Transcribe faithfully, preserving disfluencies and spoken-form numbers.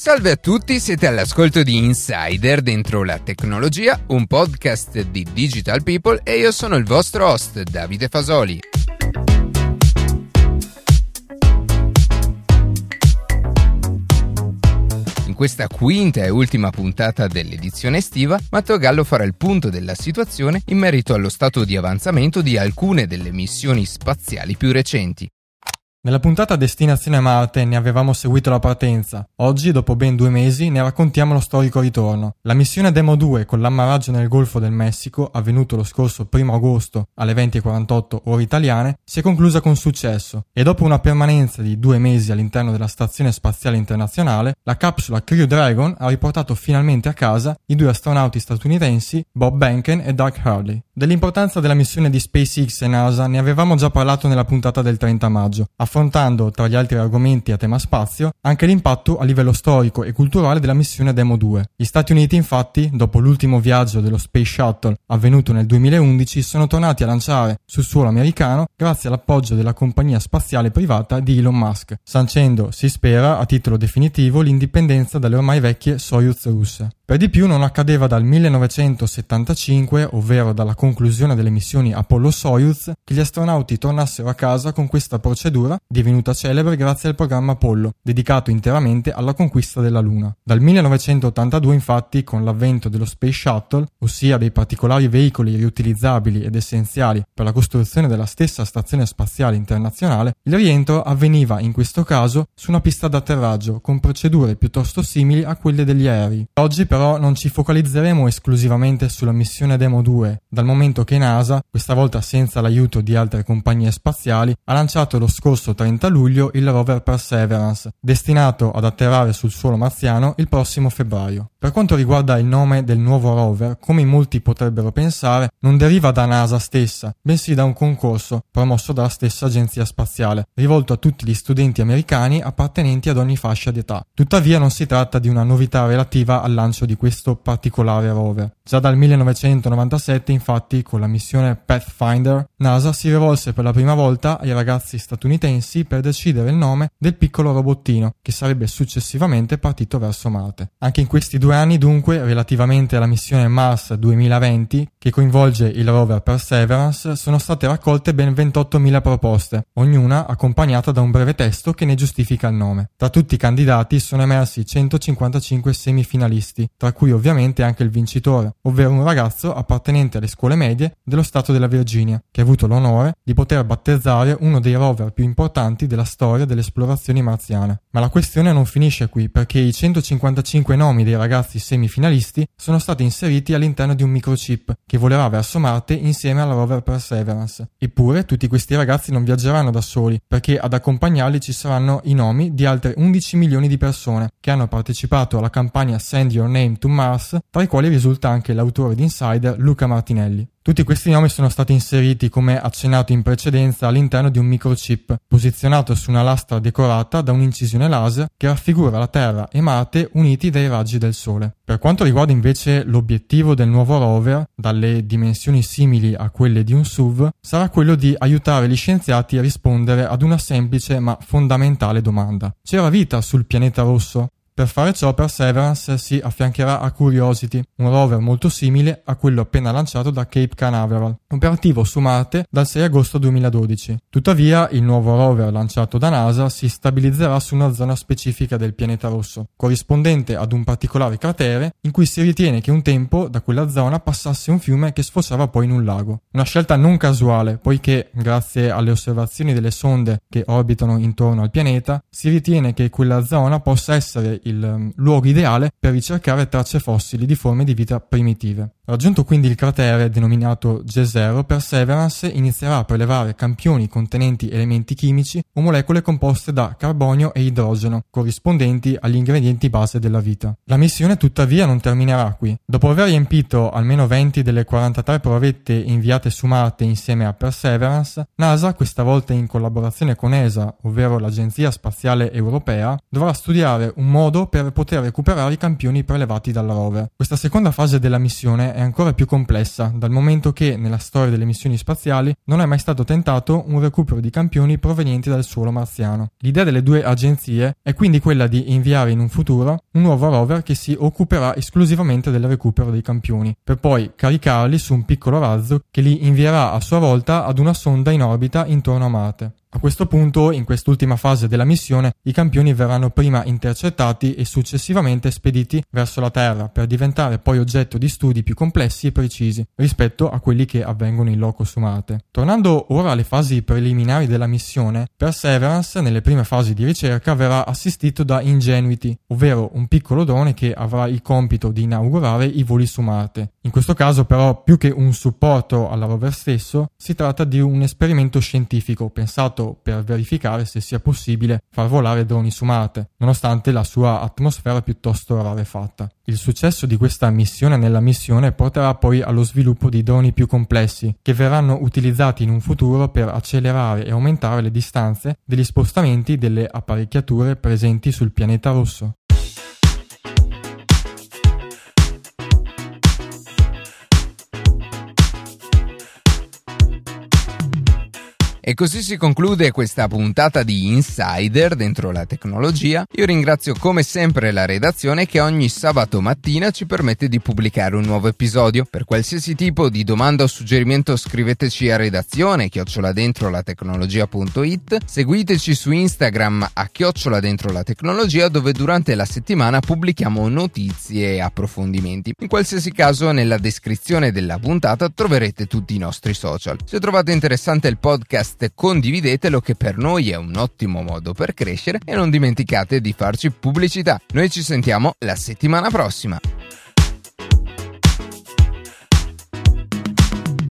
Salve a tutti, siete all'ascolto di Insider dentro la tecnologia, un podcast di Digital People e io sono il vostro host, Davide Fasoli. In questa quinta e ultima puntata dell'edizione estiva, Matteo Gallo farà il punto della situazione in merito allo stato di avanzamento di alcune delle missioni spaziali più recenti. Nella puntata Destinazione Marte ne avevamo seguito la partenza. Oggi, dopo ben due mesi, ne raccontiamo lo storico ritorno. La missione Demo due con l'ammaraggio nel Golfo del Messico, avvenuto lo scorso primo agosto alle venti e quarantotto ore italiane, si è conclusa con successo e dopo una permanenza di due mesi all'interno della Stazione Spaziale Internazionale, la capsula Crew Dragon ha riportato finalmente a casa i due astronauti statunitensi Bob Behnken e Doug Hurley. Dell'importanza della missione di SpaceX e NASA ne avevamo già parlato nella puntata del trenta maggio, affrontando, tra gli altri argomenti a tema spazio, anche l'impatto a livello storico e culturale della missione Demo due. Gli Stati Uniti, infatti, dopo l'ultimo viaggio dello Space Shuttle avvenuto nel duemilaundici, sono tornati a lanciare sul suolo americano grazie all'appoggio della compagnia spaziale privata di Elon Musk, sancendo, si spera, a titolo definitivo l'indipendenza dalle ormai vecchie Soyuz russe. Per di più non accadeva dal millenovecentosettantacinque, ovvero dalla conclusione delle missioni Apollo-Soyuz, che gli astronauti tornassero a casa con questa procedura, divenuta celebre grazie al programma Apollo, dedicato interamente alla conquista della Luna. Dal millenovecentottantadue, infatti, con l'avvento dello Space Shuttle, ossia dei particolari veicoli riutilizzabili ed essenziali per la costruzione della stessa Stazione Spaziale Internazionale, il rientro avveniva in questo caso su una pista d'atterraggio con procedure piuttosto simili a quelle degli aerei. Oggi però non ci focalizzeremo esclusivamente sulla missione Demo due, dal momento che NASA, questa volta senza l'aiuto di altre compagnie spaziali, ha lanciato lo scorso trenta luglio il rover Perseverance, destinato ad atterrare sul suolo marziano il prossimo febbraio. Per quanto riguarda il nome del nuovo rover, come in molti potrebbero pensare, non deriva da NASA stessa, bensì da un concorso promosso dalla stessa agenzia spaziale, rivolto a tutti gli studenti americani appartenenti ad ogni fascia d'età. Tuttavia non si tratta di una novità relativa al lancio di questo particolare rover. Già dal millenovecentonovantasette, infatti, con la missione Pathfinder, NASA si rivolse per la prima volta ai ragazzi statunitensi per decidere il nome del piccolo robottino che sarebbe successivamente partito verso Marte. Anche in questi due anni, dunque, relativamente alla missione Mars duemilaventi, che coinvolge il rover Perseverance, sono state raccolte ben ventottomila proposte, ognuna accompagnata da un breve testo che ne giustifica il nome. Tra tutti i candidati sono emersi centocinquantacinque semifinalisti, tra cui ovviamente anche il vincitore, ovvero un ragazzo appartenente alle scuole medie dello stato della Virginia, che ha avuto l'onore di poter battezzare uno dei rover più importanti della storia delle esplorazioni marziane. Ma la questione non finisce qui, perché i centocinquantacinque nomi dei ragazzi semifinalisti sono stati inseriti all'interno di un microchip che volerà verso Marte insieme al rover Perseverance. Eppure tutti questi ragazzi non viaggeranno da soli, perché ad accompagnarli ci saranno i nomi di altre undici milioni di persone che hanno partecipato alla campagna Send Your Name to Mars, tra i quali risulta anche l'autore di Insider Luca Martinelli. Tutti questi nomi sono stati inseriti, come accennato in precedenza, all'interno di un microchip posizionato su una lastra decorata da un'incisione laser che raffigura la Terra e Marte uniti dai raggi del Sole. Per quanto riguarda invece l'obiettivo del nuovo rover, dalle dimensioni simili a quelle di un S U V, sarà quello di aiutare gli scienziati a rispondere ad una semplice ma fondamentale domanda: c'era vita sul pianeta rosso? Per fare ciò, Perseverance si affiancherà a Curiosity, un rover molto simile a quello appena lanciato da Cape Canaveral, operativo su Marte dal sei agosto duemiladodici. Tuttavia, il nuovo rover lanciato da NASA si stabilizzerà su una zona specifica del pianeta rosso, corrispondente ad un particolare cratere in cui si ritiene che un tempo da quella zona passasse un fiume che sfociava poi in un lago. Una scelta non casuale, poiché, grazie alle osservazioni delle sonde che orbitano intorno al pianeta, si ritiene che quella zona possa essere il luogo ideale per ricercare tracce fossili di forme di vita primitive. Raggiunto quindi il cratere denominato G zero, Perseverance inizierà a prelevare campioni contenenti elementi chimici o molecole composte da carbonio e idrogeno, corrispondenti agli ingredienti base della vita. La missione tuttavia non terminerà qui. Dopo aver riempito almeno venti delle quarantatré provette inviate su Marte insieme a Perseverance, NASA, questa volta in collaborazione con E S A, ovvero l'Agenzia Spaziale Europea, dovrà studiare un modo modo per poter recuperare i campioni prelevati dal rover. Questa seconda fase della missione è ancora più complessa, dal momento che nella storia delle missioni spaziali non è mai stato tentato un recupero di campioni provenienti dal suolo marziano. L'idea delle due agenzie è quindi quella di inviare in un futuro un nuovo rover che si occuperà esclusivamente del recupero dei campioni, per poi caricarli su un piccolo razzo che li invierà a sua volta ad una sonda in orbita intorno a Marte. A questo punto, in quest'ultima fase della missione, i campioni verranno prima intercettati e successivamente spediti verso la Terra per diventare poi oggetto di studi più complessi e precisi rispetto a quelli che avvengono in loco su Marte. Tornando ora alle fasi preliminari della missione, Perseverance nelle prime fasi di ricerca verrà assistito da Ingenuity, ovvero un piccolo drone che avrà il compito di inaugurare i voli su Marte. In questo caso però, più che un supporto alla rover stesso, si tratta di un esperimento scientifico pensato per verificare se sia possibile far volare droni su Marte, nonostante la sua atmosfera piuttosto rarefatta. Il successo di questa missione nella missione porterà poi allo sviluppo di droni più complessi, che verranno utilizzati in un futuro per accelerare e aumentare le distanze degli spostamenti delle apparecchiature presenti sul pianeta rosso. E così si conclude questa puntata di Insider dentro la tecnologia. Io ringrazio come sempre la redazione che ogni sabato mattina ci permette di pubblicare un nuovo episodio. Per qualsiasi tipo di domanda o suggerimento scriveteci a redazione chiocciola dentro la tecnologia punto it, seguiteci su Instagram a chiocciola dentro la tecnologia, dove durante la settimana pubblichiamo notizie e approfondimenti. In qualsiasi caso, nella descrizione della puntata troverete tutti i nostri social. Se trovate interessante il podcast, condividetelo, che per noi è un ottimo modo per crescere, e non dimenticate di farci pubblicità. Noi ci sentiamo la settimana prossima.